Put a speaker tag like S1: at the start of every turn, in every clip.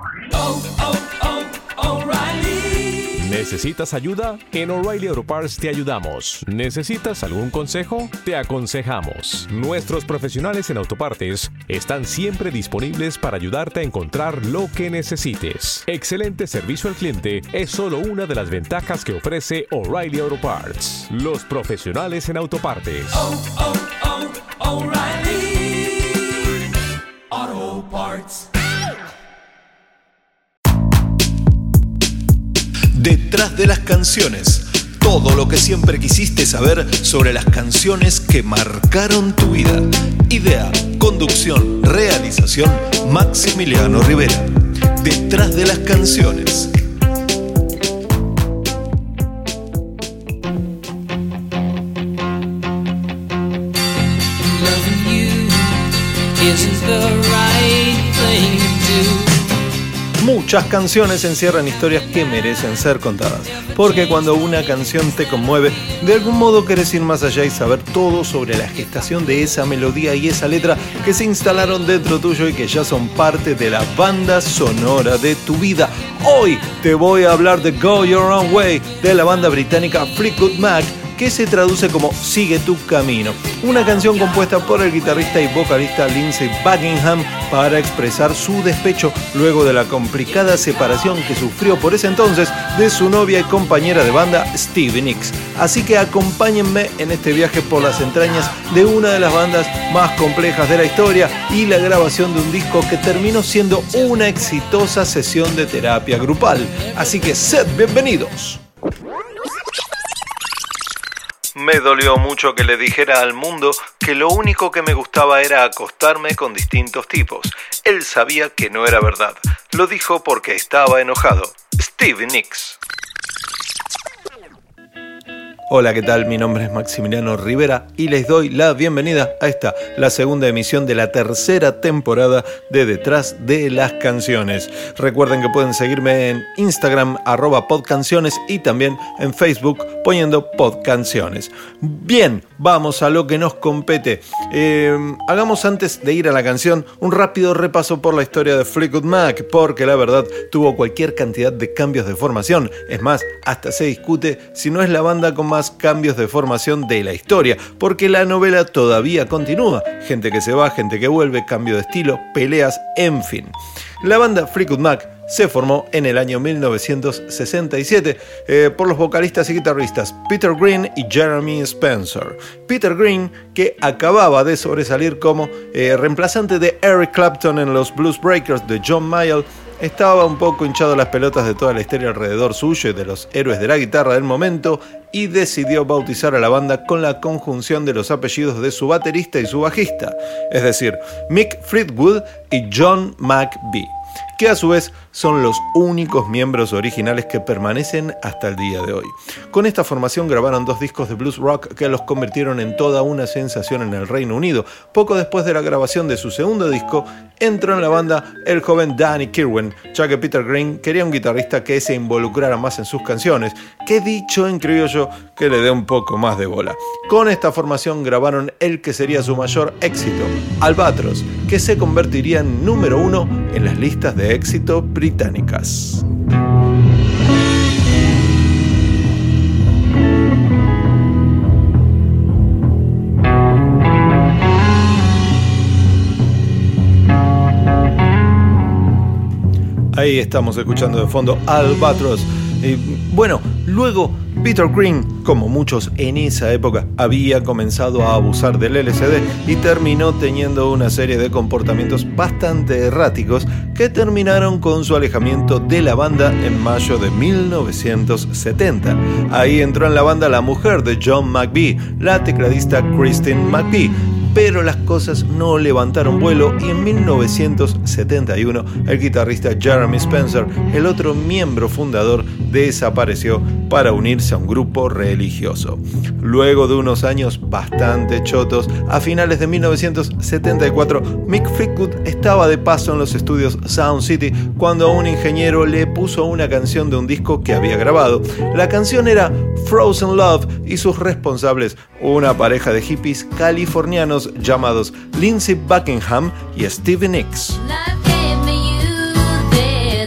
S1: O'Reilly.
S2: ¿Necesitas ayuda? En O'Reilly Auto Parts te ayudamos. ¿Necesitas algún consejo? Te aconsejamos. Nuestros profesionales en autopartes están siempre disponibles para ayudarte a encontrar lo que necesites. Excelente servicio al cliente es solo una de las ventajas que ofrece O'Reilly Auto Parts. Los profesionales en autopartes.
S1: O'Reilly Auto Parts.
S3: Detrás de las canciones, todo lo que siempre quisiste saber sobre las canciones que marcaron tu vida. Idea, conducción, realización, Maximiliano Rivera. Detrás de las canciones.
S4: Loving you isn't the right thing to do.
S3: Muchas canciones encierran historias que merecen ser contadas, porque cuando una canción te conmueve, de algún modo querés ir más allá y saber todo sobre la gestación de esa melodía y esa letra que se instalaron dentro tuyo y que ya son parte de la banda sonora de tu vida. Hoy te voy a hablar de Go Your Own Way, de la banda británica Fleetwood Mac, que se traduce como Sigue tu camino, una canción compuesta por el guitarrista y vocalista Lindsey Buckingham para expresar su despecho luego de la complicada separación que sufrió por ese entonces de su novia y compañera de banda Stevie Nicks. Así que acompáñenme en este viaje por las entrañas de una de las bandas más complejas de la historia y la grabación de un disco que terminó siendo una exitosa sesión de terapia grupal. Así que sed bienvenidos. Me dolió mucho que le dijera al mundo que lo único que me gustaba era acostarme con distintos tipos. Él sabía que no era verdad. Lo dijo porque estaba enojado. Stevie Nicks. Hola, ¿qué tal? Mi nombre es Maximiliano Rivera y les doy la bienvenida a esta, la segunda emisión de la tercera temporada de Detrás de las Canciones. Recuerden que pueden seguirme en Instagram, @podcanciones, y también en Facebook poniendo podcanciones. Bien, vamos a lo que nos compete. Hagamos, antes de ir a la canción, un rápido repaso por la historia de Fleetwood Mac, porque la verdad tuvo cualquier cantidad de cambios de formación. Es más, hasta se discute si no es la banda con más cambios de formación de la historia, porque la novela todavía continúa. Gente que se va, gente que vuelve, cambio de estilo, peleas, en fin. La banda Fleetwood Mac se formó en el año 1967 por los vocalistas y guitarristas Peter Green y Jeremy Spencer. Peter Green, que acababa de sobresalir como reemplazante de Eric Clapton en los Blues Breakers de John Mayall, estaba un poco hinchado las pelotas de toda la historia alrededor suyo y de los héroes de la guitarra del momento, y decidió bautizar a la banda con la conjunción de los apellidos de su baterista y su bajista, es decir, Mick Fleetwood y John McVie, que a su vez son los únicos miembros originales que permanecen hasta el día de hoy. Con esta formación grabaron 2 discos de blues rock que los convirtieron en toda una sensación en el Reino Unido. Poco después de la grabación de su segundo disco, entró en la banda el joven Danny Kirwan, ya que Peter Green quería un guitarrista que se involucrara más en sus canciones, que dicho en criollo, que le dé un poco más de bola. Con esta formación grabaron el que sería su mayor éxito, Albatros, que se convertiría en número 1 en las listas de éxito británicas. Ahí estamos escuchando de fondo Albatros. Bueno, luego Peter Green, como muchos en esa época, había comenzado a abusar del LSD y terminó teniendo una serie de comportamientos bastante erráticos que terminaron con su alejamiento de la banda en mayo de 1970. Ahí entró en la banda la mujer de John McVie, la tecladista Christine McVie, pero las cosas no levantaron vuelo y en 1971 el guitarrista Jeremy Spencer, el otro miembro fundador, desapareció para unirse a un grupo religioso. Luego de unos años bastante chotos, a finales de 1974, Mick Fleetwood estaba de paso en los estudios Sound City cuando un ingeniero le puso una canción de un disco que había grabado. La canción era Frozen Love y sus responsables, una pareja de hippies californianos llamados Lindsey Buckingham y Stevie Nicks.
S4: Life gave me you,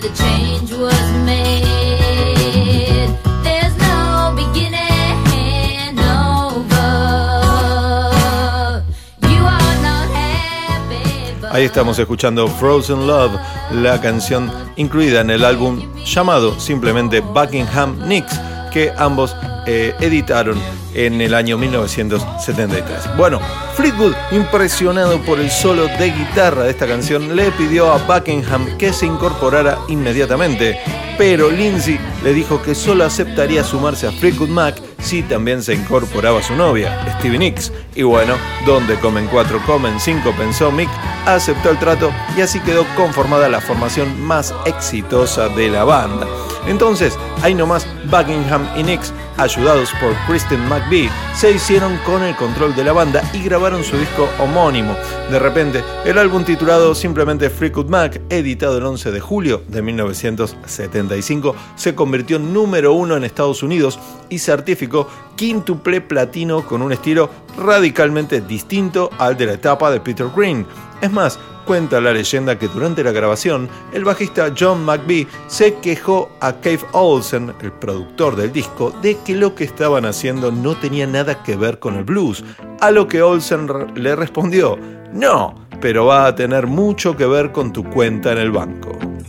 S3: Ahí estamos escuchando Frozen Love, la canción incluida en el álbum llamado simplemente Buckingham Nicks, que ambos editaron en el año 1973. Bueno, Fleetwood, impresionado por el solo de guitarra de esta canción, le pidió a Buckingham que se incorporara inmediatamente, pero Lindsey le dijo que solo aceptaría sumarse a Fleetwood Mac si también se incorporaba su novia, Stevie Nicks. Y bueno, donde comen 4, comen 5, pensó Mick, aceptó el trato y así quedó conformada la formación más exitosa de la banda. Entonces, ahí nomás, Buckingham y Nicks, ayudados por Kristen McVie, se hicieron con el control de la banda y grabaron su disco homónimo. De repente, el álbum titulado simplemente Fleetwood Mac, editado el 11 de julio de 1975, se convirtió en número 1 en Estados Unidos y certificó quíntuple platino con un estilo radicalmente distinto al de la etapa de Peter Green. Es más, cuenta la leyenda que durante la grabación, el bajista John McVie se quejó a Keith Olsen, el productor del disco, de que lo que estaban haciendo no tenía nada que ver con el blues, a lo que Olsen le respondió: no, pero va a tener mucho que ver con tu cuenta en el banco.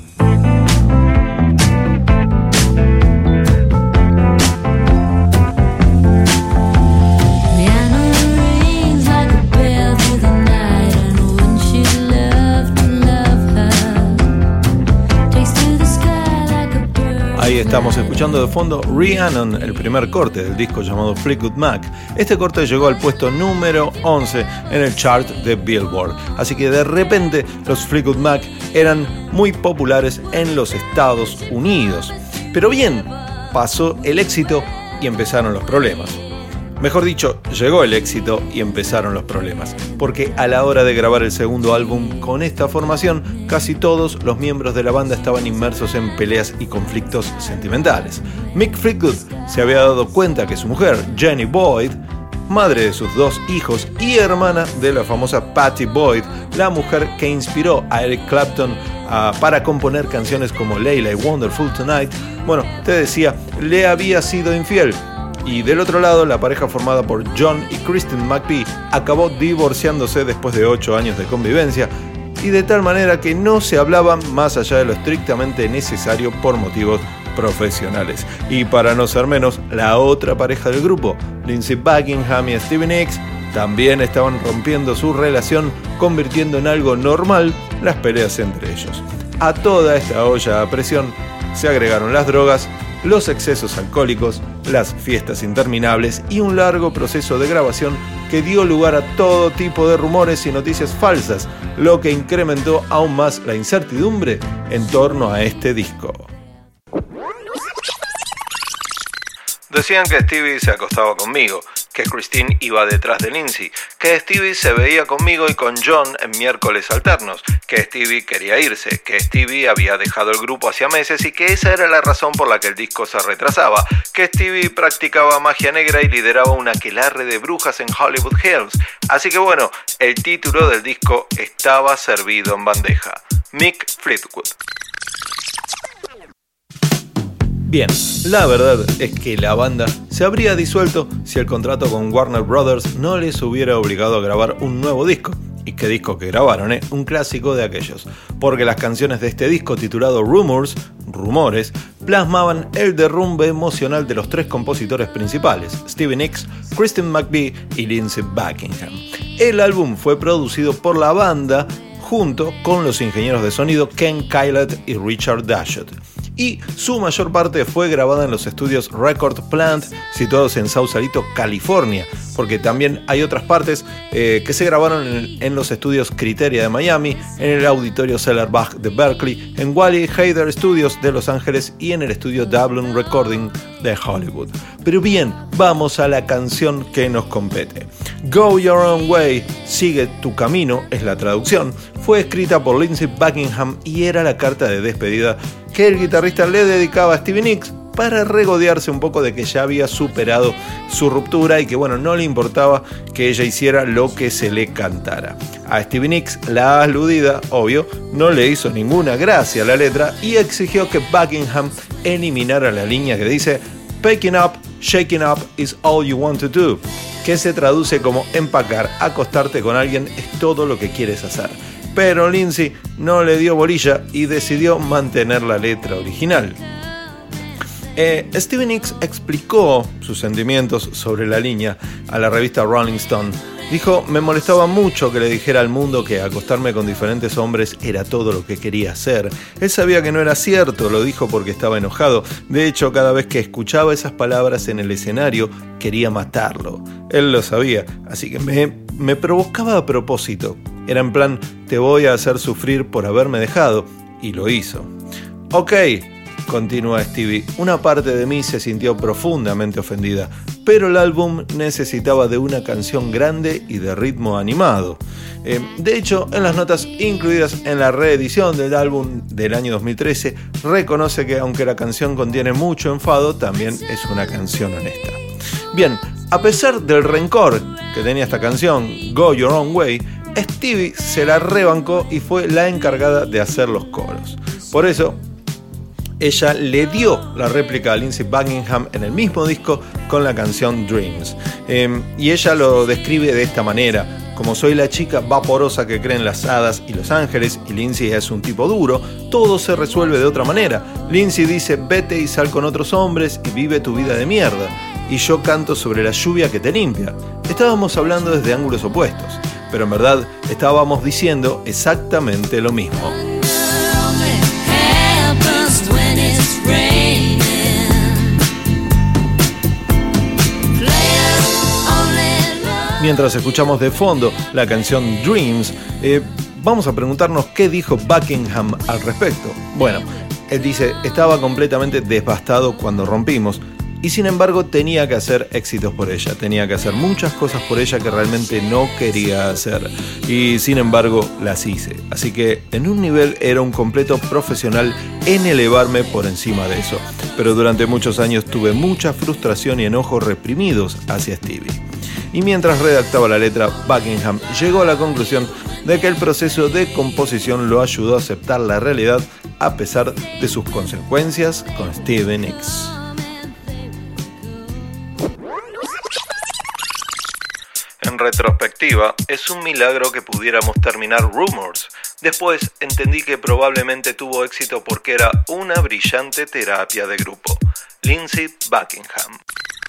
S3: Ahí estamos escuchando de fondo Rhiannon, el primer corte del disco llamado Fleetwood Mac. Este corte llegó al puesto número 11 en el chart de Billboard. Así que de repente los Fleetwood Mac eran muy populares en los Estados Unidos. Pero bien, pasó el éxito y empezaron los problemas. Mejor dicho, llegó el éxito y empezaron los problemas, porque a la hora de grabar el segundo álbum con esta formación, casi todos los miembros de la banda estaban inmersos en peleas y conflictos sentimentales. Mick Fleetwood se había dado cuenta que su mujer, Jenny Boyd, madre de sus 2 hijos y hermana de la famosa Pattie Boyd, la mujer que inspiró a Eric Clapton para componer canciones como Layla y Wonderful Tonight, bueno, te decía, le había sido infiel. Y del otro lado, la pareja formada por John y Kristen McVie acabó divorciándose después de 8 años de convivencia, y de tal manera que no se hablaban más allá de lo estrictamente necesario por motivos profesionales. Y para no ser menos, la otra pareja del grupo, Lindsey Buckingham y Stevie Nicks, también estaban rompiendo su relación, convirtiendo en algo normal las peleas entre ellos. A toda esta olla a presión se agregaron las drogas, los excesos alcohólicos, las fiestas interminables y un largo proceso de grabación que dio lugar a todo tipo de rumores y noticias falsas, lo que incrementó aún más la incertidumbre en torno a este disco. Decían que Stevie se acostaba conmigo, que Christine iba detrás de Lindsey, que Stevie se veía conmigo y con John en miércoles alternos, que Stevie quería irse, que Stevie había dejado el grupo hacía meses y que esa era la razón por la que el disco se retrasaba, que Stevie practicaba magia negra y lideraba un aquelarre de brujas en Hollywood Hills. Así que bueno, el título del disco estaba servido en bandeja: Mick Fleetwood. Bien, la verdad es que la banda se habría disuelto si el contrato con Warner Brothers no les hubiera obligado a grabar un nuevo disco. ¿Y qué disco que grabaron, Un clásico de aquellos. Porque las canciones de este disco titulado Rumors, plasmaban el derrumbe emocional de los 3 compositores principales, Stevie Nicks, Kristen McVie y Lindsey Buckingham. El álbum fue producido por la banda junto con los ingenieros de sonido Ken Kylett y Richard Dashut. Y su mayor parte fue grabada en los estudios Record Plant, situados en Sausalito, California, porque también hay otras partes que se grabaron en los estudios Criteria de Miami, en el Auditorio Cellar-Bach de Berkeley, en Wally Heider Studios de Los Ángeles y en el estudio Dublin Recording de Hollywood. Pero bien, vamos a la canción que nos compete. Go Your Own Way, Sigue tu camino, es la traducción. Fue escrita por Lindsey Buckingham y era la carta de despedida que el guitarrista le dedicaba a Stevie Nicks para regodearse un poco de que ya había superado su ruptura y que bueno, no le importaba que ella hiciera lo que se le cantara. A Stevie Nicks, la aludida, obvio, no le hizo ninguna gracia la letra y exigió que Buckingham eliminara la línea que dice "Picking up, shaking up is all you want to do", que se traduce como empacar, acostarte con alguien es todo lo que quieres hacer. pero Lindsay no le dio bolilla y decidió mantener la letra original. Stevie Nicks explicó sus sentimientos sobre la línea a la revista Rolling Stone. Dijo: me molestaba mucho que le dijera al mundo que acostarme con diferentes hombres era todo lo que quería hacer. Él sabía que no era cierto, lo dijo porque estaba enojado. De hecho, cada vez que escuchaba esas palabras en el escenario, quería matarlo. Él lo sabía, así que me provocaba a propósito. Era en plan, te voy a hacer sufrir por haberme dejado, y lo hizo. Ok, continúa Stevie, una parte de mí se sintió profundamente ofendida, pero el álbum necesitaba de una canción grande y de ritmo animado. De hecho, en las notas incluidas en la reedición del álbum del año 2013, reconoce que aunque la canción contiene mucho enfado, también es una canción honesta. Bien, a pesar del rencor que tenía esta canción, Go Your Own Way, Stevie se la rebancó y fue la encargada de hacer los coros. Por eso, ella le dio la réplica a Lindsey Buckingham en el mismo disco con la canción Dreams. Y ella lo describe de esta manera: como soy la chica vaporosa que cree en las hadas y los ángeles y Lindsey es un tipo duro, todo se resuelve de otra manera. Lindsey dice: vete y sal con otros hombres y vive tu vida de mierda. Y yo canto sobre la lluvia que te limpia. Estábamos hablando desde ángulos opuestos, pero en verdad estábamos diciendo exactamente lo mismo. Mientras escuchamos de fondo la canción Dreams, vamos a preguntarnos qué dijo Buckingham al respecto. Bueno, él dice: estaba completamente devastado cuando rompimos y sin embargo tenía que hacer éxitos por ella, tenía que hacer muchas cosas por ella que realmente no quería hacer y sin embargo las hice. Así que en un nivel era un completo profesional en elevarme por encima de eso, pero durante muchos años tuve mucha frustración y enojo reprimidos hacia Stevie. Y mientras redactaba la letra, Buckingham llegó a la conclusión de que el proceso de composición lo ayudó a aceptar la realidad a pesar de sus consecuencias con Stevie Nicks. En retrospectiva, es un milagro que pudiéramos terminar Rumours. Después entendí que probablemente tuvo éxito porque era una brillante terapia de grupo. Lindsey Buckingham.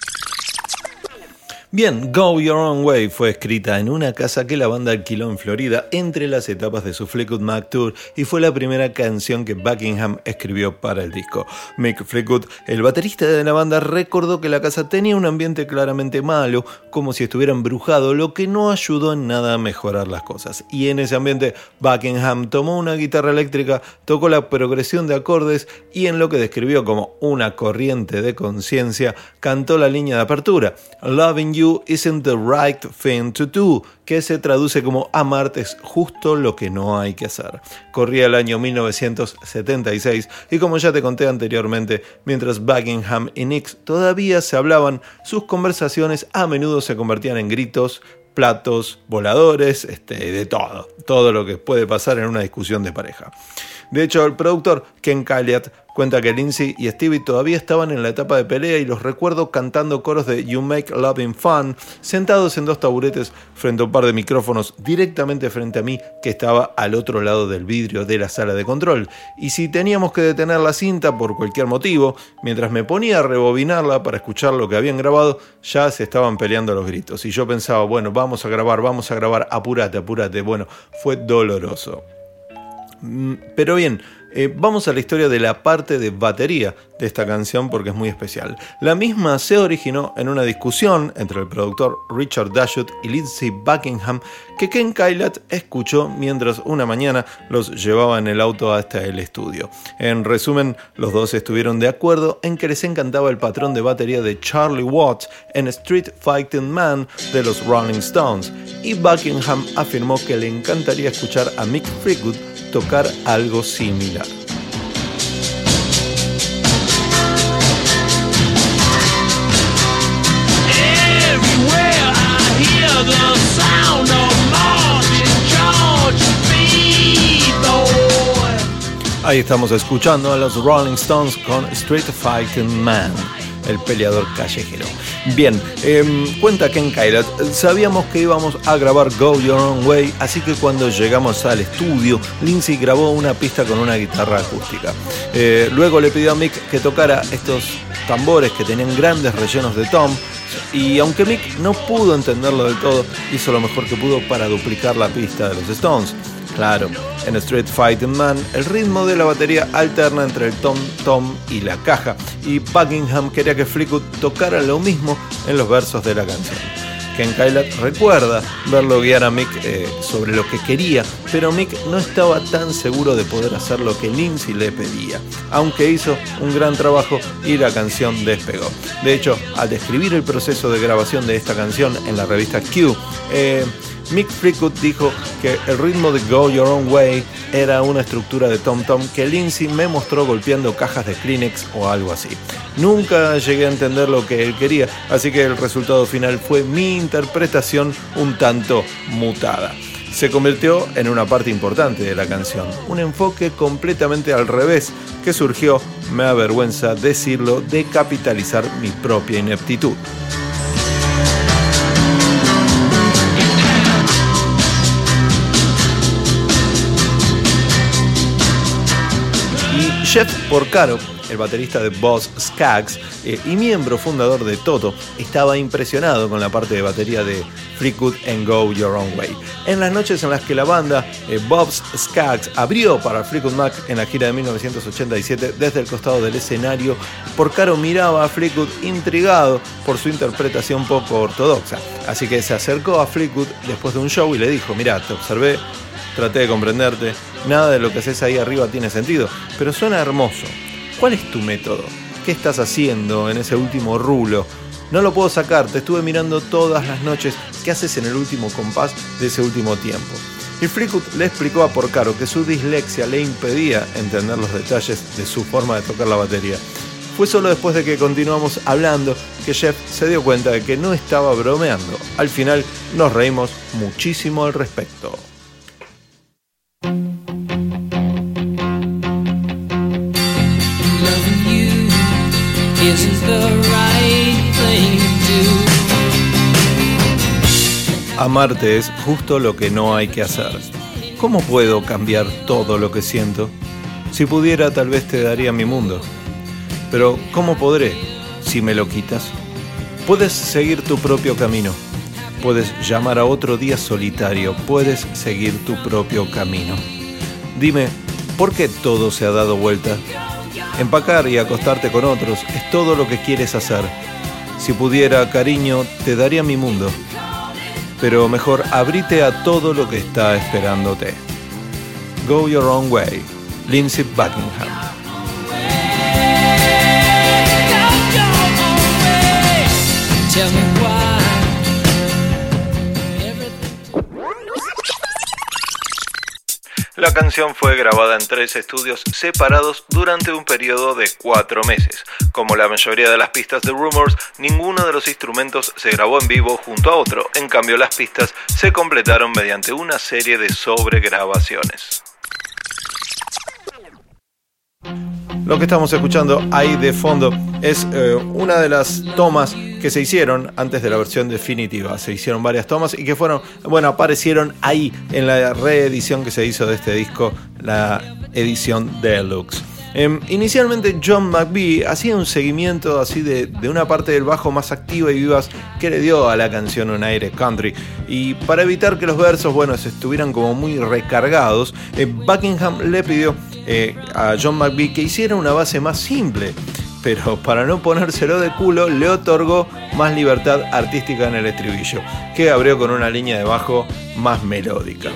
S3: Bien, Go Your Own Way fue escrita en una casa que la banda alquiló en Florida entre las etapas de su Fleetwood Mac Tour y fue la primera canción que Buckingham escribió para el disco. Mick Fleetwood, el baterista de la banda, recordó que la casa tenía un ambiente claramente malo, como si estuviera embrujado, lo que no ayudó en nada a mejorar las cosas. Y en ese ambiente, Buckingham tomó una guitarra eléctrica, tocó la progresión de acordes y en lo que describió como una corriente de conciencia, cantó la línea de apertura: Loving You isn't the right thing to do, que se traduce como amarte es justo lo que no hay que hacer. Corría el año 1976 y como ya te conté anteriormente, mientras Buckingham y Nicks todavía se hablaban, sus conversaciones a menudo se convertían en gritos, platos, voladores, de todo lo que puede pasar en una discusión de pareja. De hecho, el productor Ken Caillat cuenta que Lindsey y Stevie todavía estaban en la etapa de pelea y los recuerdo cantando coros de You Make Loving Fun, sentados en dos taburetes frente a un par de micrófonos directamente frente a mí, que estaba al otro lado del vidrio de la sala de control. Y si teníamos que detener la cinta por cualquier motivo, mientras me ponía a rebobinarla para escuchar lo que habían grabado, ya se estaban peleando los gritos. Y yo pensaba, bueno, vamos a grabar, apúrate. Bueno, fue doloroso. Pero bien, vamos a la historia de la parte de batería de esta canción porque es muy especial. La misma se originó en una discusión entre el productor Richard Dashut y Lindsey Buckingham que Ken Caillat escuchó mientras una mañana los llevaba en el auto hasta el estudio. En resumen, los dos estuvieron de acuerdo en que les encantaba el patrón de batería de Charlie Watts en Street Fighting Man de los Rolling Stones y Buckingham afirmó que le encantaría escuchar a Mick Fleetwood tocar algo similar. Ahí estamos escuchando a los Rolling Stones con Street Fighting Man. el peleador callejero. Bien, cuenta Ken Kailath, sabíamos que íbamos a grabar Go Your Own Way, así que cuando llegamos al estudio, Lindsey grabó una pista con una guitarra acústica. Luego le pidió a Mick que tocara estos tambores que tenían grandes rellenos de tom, y aunque Mick no pudo entenderlo del todo, hizo lo mejor que pudo para duplicar la pista de los Stones. Claro, en Street Fighting Man el ritmo de la batería alterna entre el tom-tom y la caja, y Buckingham quería que Fleetwood tocara lo mismo en los versos de la canción. Ken Kailath recuerda verlo guiar a Mick sobre lo que quería, pero Mick no estaba tan seguro de poder hacer lo que Lindsey le pedía, aunque hizo un gran trabajo y la canción despegó. De hecho, al describir el proceso de grabación de esta canción en la revista Q, Mick Fleetwood dijo que el ritmo de Go Your Own Way era una estructura de tom-tom que Lindsey me mostró golpeando cajas de Kleenex o algo así. Nunca llegué a entender lo que él quería, así que el resultado final fue mi interpretación un tanto mutada. Se convirtió en una parte importante de la canción, un enfoque completamente al revés que surgió, me avergüenza decirlo, de capitalizar mi propia ineptitud. Jeff Porcaro, el baterista de Boz Scaggs y miembro fundador de Toto, estaba impresionado con la parte de batería de Fleetwood en Go Your Own Way. En las noches en las que la banda Boz Scaggs abrió para Fleetwood Mac en la gira de 1987 desde el costado del escenario, Porcaro miraba a Fleetwood intrigado por su interpretación poco ortodoxa. Así que se acercó a Fleetwood después de un show y le dijo: mirá, te observé, traté de comprenderte, nada de lo que haces ahí arriba tiene sentido, pero suena hermoso. ¿Cuál es tu método? ¿Qué estás haciendo en ese último rulo? No lo puedo sacar, te estuve mirando todas las noches. ¿Qué haces en el último compás de ese último tiempo? Y Fleetwood le explicó a Porcaro que su dislexia le impedía entender los detalles de su forma de tocar la batería. Fue solo después de que continuamos hablando que Jeff se dio cuenta de que no estaba bromeando. Al final nos reímos muchísimo al respecto. Amarte es justo lo que no hay que hacer. ¿Cómo puedo cambiar todo lo que siento? Si pudiera, tal vez te daría mi mundo. Pero ¿cómo podré si me lo quitas? Puedes seguir tu propio camino. Puedes llamar a otro día solitario. Puedes seguir tu propio camino. Dime, ¿por qué todo se ha dado vuelta? Empacar y acostarte con otros es todo lo que quieres hacer. Si pudiera, cariño, te daría mi mundo. Pero mejor abrite a todo lo que está esperándote. Go Your Own Way, Lindsey Buckingham. La canción fue grabada en 3 estudios separados durante un periodo de 4 meses. Como la mayoría de las pistas de Rumours, ninguno de los instrumentos se grabó en vivo junto a otro. En cambio, las pistas se completaron mediante una serie de sobregrabaciones. Lo que estamos escuchando ahí de fondo es una de las tomas que se hicieron antes de la versión definitiva. Se hicieron varias tomas y que aparecieron ahí en la reedición que se hizo de este disco, la edición deluxe. Inicialmente John McVie hacía un seguimiento así de una parte del bajo más activa y vivaz que le dio a la canción un aire country, y para evitar que los versos estuvieran como muy recargados, Buckingham le pidió a John McVie que hiciera una base más simple, pero para no ponérselo de culo le otorgó más libertad artística en el estribillo, que abrió con una línea de bajo más melódica.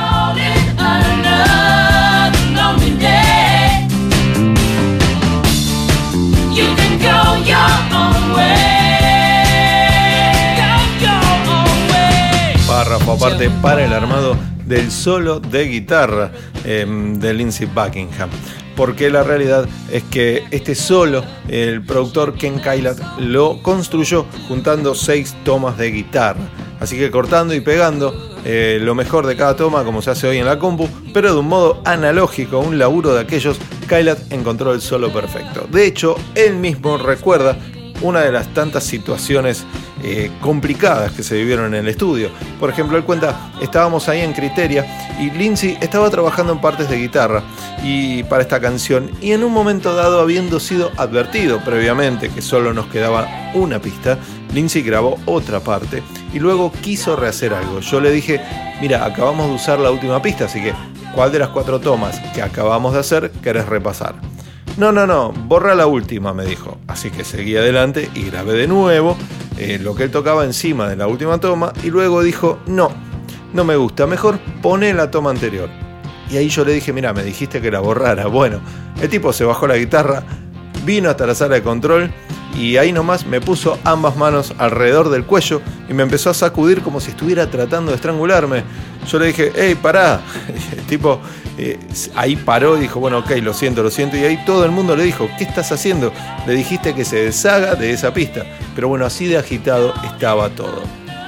S3: Párrafo aparte para el armado del solo de guitarra de Lindsey Buckingham, porque la realidad es que este solo el productor Ken Kailath lo construyó juntando 6 tomas de guitarra, así que cortando y pegando lo mejor de cada toma, como se hace hoy en la compu, pero de un modo analógico, un laburo de aquellos. Kailath encontró el solo perfecto. De hecho, él mismo recuerda una de las tantas situaciones complicadas que se vivieron en el estudio. Por ejemplo, él cuenta, estábamos ahí en Criteria y Lindsey estaba trabajando en partes de guitarra y para esta canción, y en un momento dado, habiendo sido advertido previamente que solo nos quedaba una pista, Lindsey grabó otra parte y luego quiso rehacer algo. Yo le dije, mira, acabamos de usar la última pista, así que ¿cuál de las 4 tomas que acabamos de hacer querés repasar? No, borra la última, me dijo. Así que seguí adelante y grabé de nuevo lo que él tocaba encima de la última toma y luego dijo, no me gusta, mejor pone la toma anterior. Y ahí yo le dije, mira, me dijiste que la borrara. Bueno, el tipo se bajó la guitarra, vino hasta la sala de control y ahí nomás me puso ambas manos alrededor del cuello y me empezó a sacudir como si estuviera tratando de estrangularme. Yo le dije, hey, pará. El tipo ahí paró y dijo, bueno, ok, lo siento. Y ahí todo el mundo le dijo, ¿qué estás haciendo? Le dijiste que se deshaga de esa pista. Pero bueno, así de agitado estaba todo.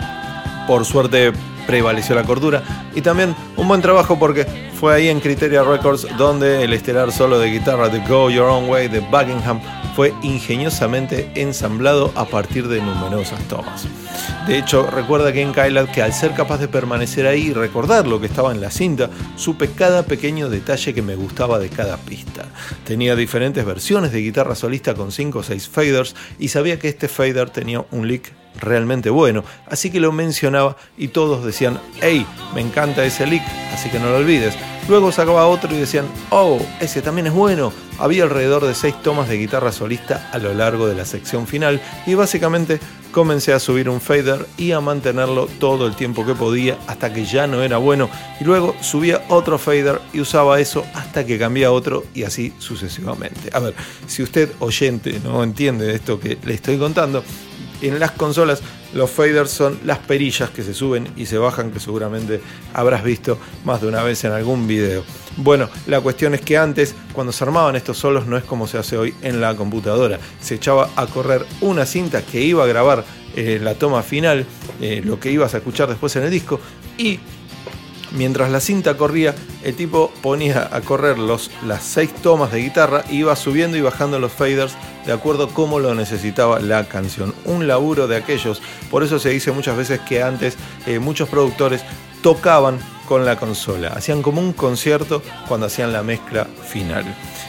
S3: Por suerte prevaleció la cordura y también un buen trabajo porque fue ahí en Criteria Records donde el estelar solo de guitarra de Go Your Own Way de Buckingham fue ingeniosamente ensamblado a partir de numerosas tomas. De hecho, recuerda Ken Kailath que al ser capaz de permanecer ahí y recordar lo que estaba en la cinta, supe cada pequeño detalle que me gustaba de cada pista. Tenía diferentes versiones de guitarra solista con 5 o 6 faders y sabía que este fader tenía un lick realmente bueno, así que lo mencionaba y todos decían, hey, me encanta ese lick, así que no lo olvides. Luego sacaba otro y decían, oh, ese también es bueno. Había alrededor de 6 tomas de guitarra solista a lo largo de la sección final y básicamente comencé a subir un fader y a mantenerlo todo el tiempo que podía hasta que ya no era bueno y luego subía otro fader y usaba eso hasta que cambiaba otro y así sucesivamente. A ver, si usted oyente no entiende esto que le estoy contando, en las consolas los faders son las perillas que se suben y se bajan, que seguramente habrás visto más de una vez en algún video. Bueno, la cuestión es que antes, cuando se armaban estos solos, no es como se hace hoy en la computadora. Se echaba a correr una cinta que iba a grabar la toma final, lo que ibas a escuchar después en el disco, y mientras la cinta corría, el tipo ponía a correr las 6 tomas de guitarra e iba subiendo y bajando los faders de acuerdo a cómo lo necesitaba la canción. Un laburo de aquellos. Por eso se dice muchas veces que antes muchos productores tocaban con la consola. Hacían como un concierto cuando hacían la mezcla final.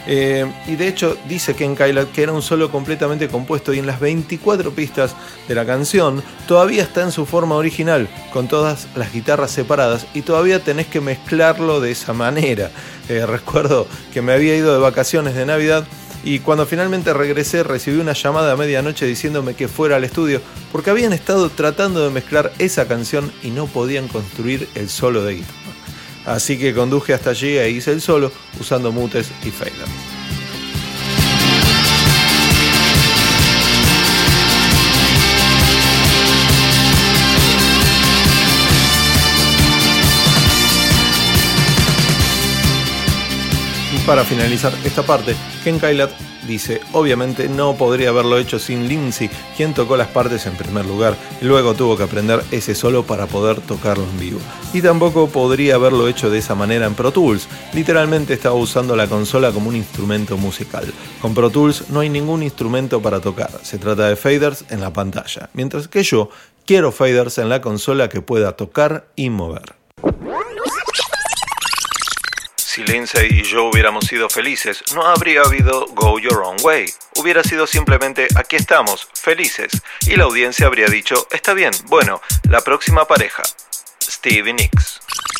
S3: Y de hecho dice Ken Kailath que era un solo completamente compuesto y en las 24 pistas de la canción todavía está en su forma original, con todas las guitarras separadas y todavía tenés que mezclarlo de esa manera. Recuerdo que me había ido de vacaciones de Navidad y cuando finalmente regresé recibí una llamada a medianoche diciéndome que fuera al estudio porque habían estado tratando de mezclar esa canción y no podían construir el solo de guitarra. Así que conduje hasta allí e hice el solo usando mutes y faders. Para finalizar esta parte, Ken Kailath dice, obviamente no podría haberlo hecho sin Lindsey, quien tocó las partes en primer lugar, y luego tuvo que aprender ese solo para poder tocarlo en vivo. Y tampoco podría haberlo hecho de esa manera en Pro Tools, literalmente estaba usando la consola como un instrumento musical. Con Pro Tools no hay ningún instrumento para tocar, se trata de faders en la pantalla, mientras que yo quiero faders en la consola que pueda tocar y mover. Si Lindsey y yo hubiéramos sido felices, no habría habido Go Your Own Way. Hubiera sido simplemente aquí estamos, felices. Y la audiencia habría dicho, está bien, bueno, la próxima pareja, Stevie Nicks.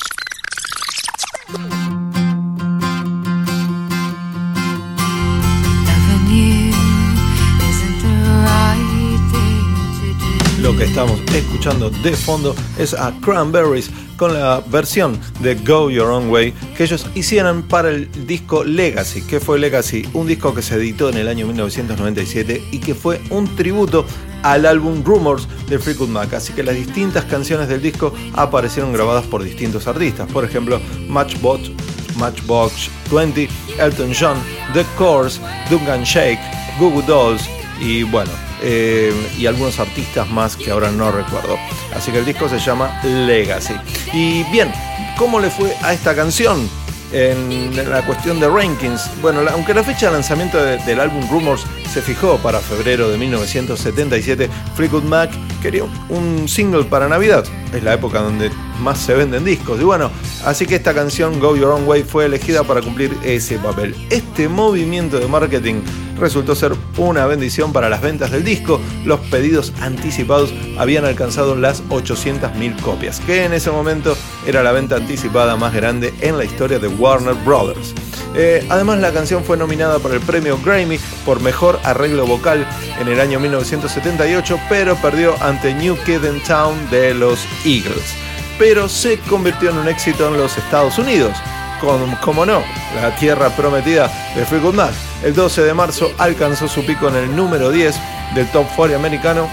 S3: Lo que estamos escuchando de fondo es a Cranberries con la versión de Go Your Own Way que ellos hicieron para el disco Legacy. ¿Qué fue Legacy? Un disco que se editó en el año 1997 y que fue un tributo al álbum Rumors de Fleetwood Mac. Así que las distintas canciones del disco aparecieron grabadas por distintos artistas. Por ejemplo, Matchbox 20, Elton John, The Course, Duncan Shake, Goo Goo Dolls y bueno, y algunos artistas más que ahora no recuerdo. Así que el disco se llama Legacy. Y bien, ¿cómo le fue a esta canción? en la cuestión de rankings. Bueno, aunque la fecha de lanzamiento del álbum Rumors se fijó para febrero de 1977, Fleetwood Mac quería un single para Navidad. Es la época donde más se venden discos. Y bueno, así que esta canción Go Your Own Way fue elegida para cumplir ese papel. Este movimiento de marketing resultó ser una bendición para las ventas del disco. Los pedidos anticipados habían alcanzado las 800.000 copias, que en ese momento era la venta anticipada más grande en la historia de Warner Brothers. Además, la canción fue nominada para el premio Grammy por mejor arreglo vocal en el año 1978, pero perdió ante New Kid in Town de los Eagles. Pero se convirtió en un éxito en los Estados Unidos, como no, la tierra prometida de Fleetwood Mac. El 12 de marzo alcanzó su pico en el número 10 del Top 40 americano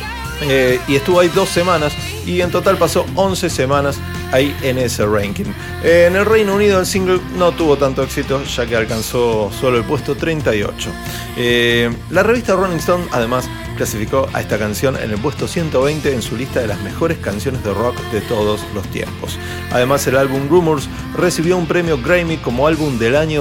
S3: y estuvo ahí 2 semanas y en total pasó 11 semanas ahí en ese ranking. En el Reino Unido el single no tuvo tanto éxito, ya que alcanzó solo el puesto 38. La revista Rolling Stone además clasificó a esta canción en el puesto 120 en su lista de las mejores canciones de rock de todos los tiempos. Además, el álbum Rumors recibió un premio Grammy como álbum del año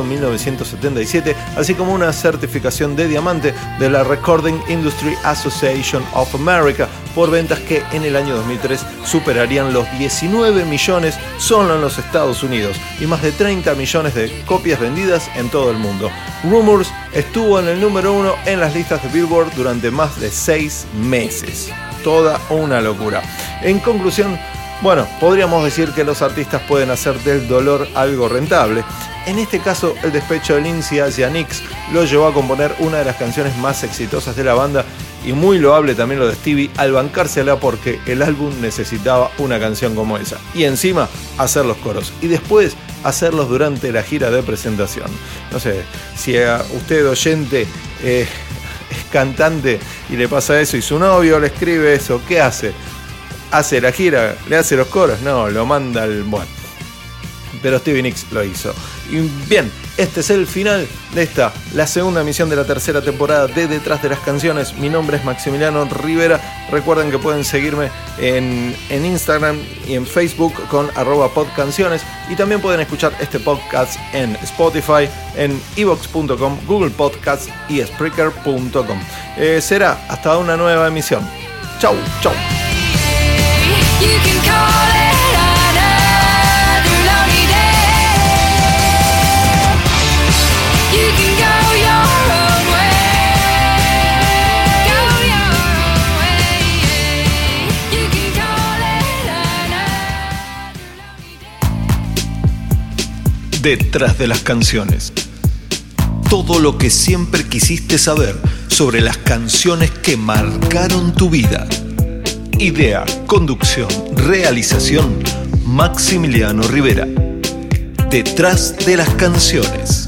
S3: 1977, así como una certificación de diamante de la Recording Industry Association of America por ventas que en el año 2003 superarían los 19 millones solo en los Estados Unidos y más de 30 millones de copias vendidas en todo el mundo. Rumors estuvo en el número 1 en las listas de Billboard durante más de 6 meses. Toda una locura. En conclusión, bueno, podríamos decir que los artistas pueden hacer del dolor algo rentable. En este caso, el despecho de Lindsay hacia Nicks lo llevó a componer una de las canciones más exitosas de la banda, y muy loable también lo de Stevie al bancársela porque el álbum necesitaba una canción como esa. Y encima, hacer los coros. Y después, hacerlos durante la gira de presentación. No sé, si a usted oyente es cantante y le pasa eso y su novio le escribe eso, ¿qué hace? ¿Hace la gira? ¿Le hace los coros? No, lo manda al... Bueno, pero Stevie Nicks lo hizo. Y bien, este es el final de la segunda emisión de la tercera temporada de Detrás de las Canciones. Mi nombre es Maximiliano Rivera. Recuerden que pueden seguirme en Instagram y en Facebook con @podcanciones. Y también pueden escuchar este podcast en Spotify, en evox.com, Google Podcasts y Spreaker.com. Será hasta una nueva emisión. Chau, chau.
S5: You can call it another lonely day. You can go your own way. Go your own way. You can call it another lonely day.
S3: Detrás de las canciones. Todo lo que siempre quisiste saber sobre las canciones que marcaron tu vida. Idea, conducción, realización, Maximiliano Rivera. Detrás de las canciones.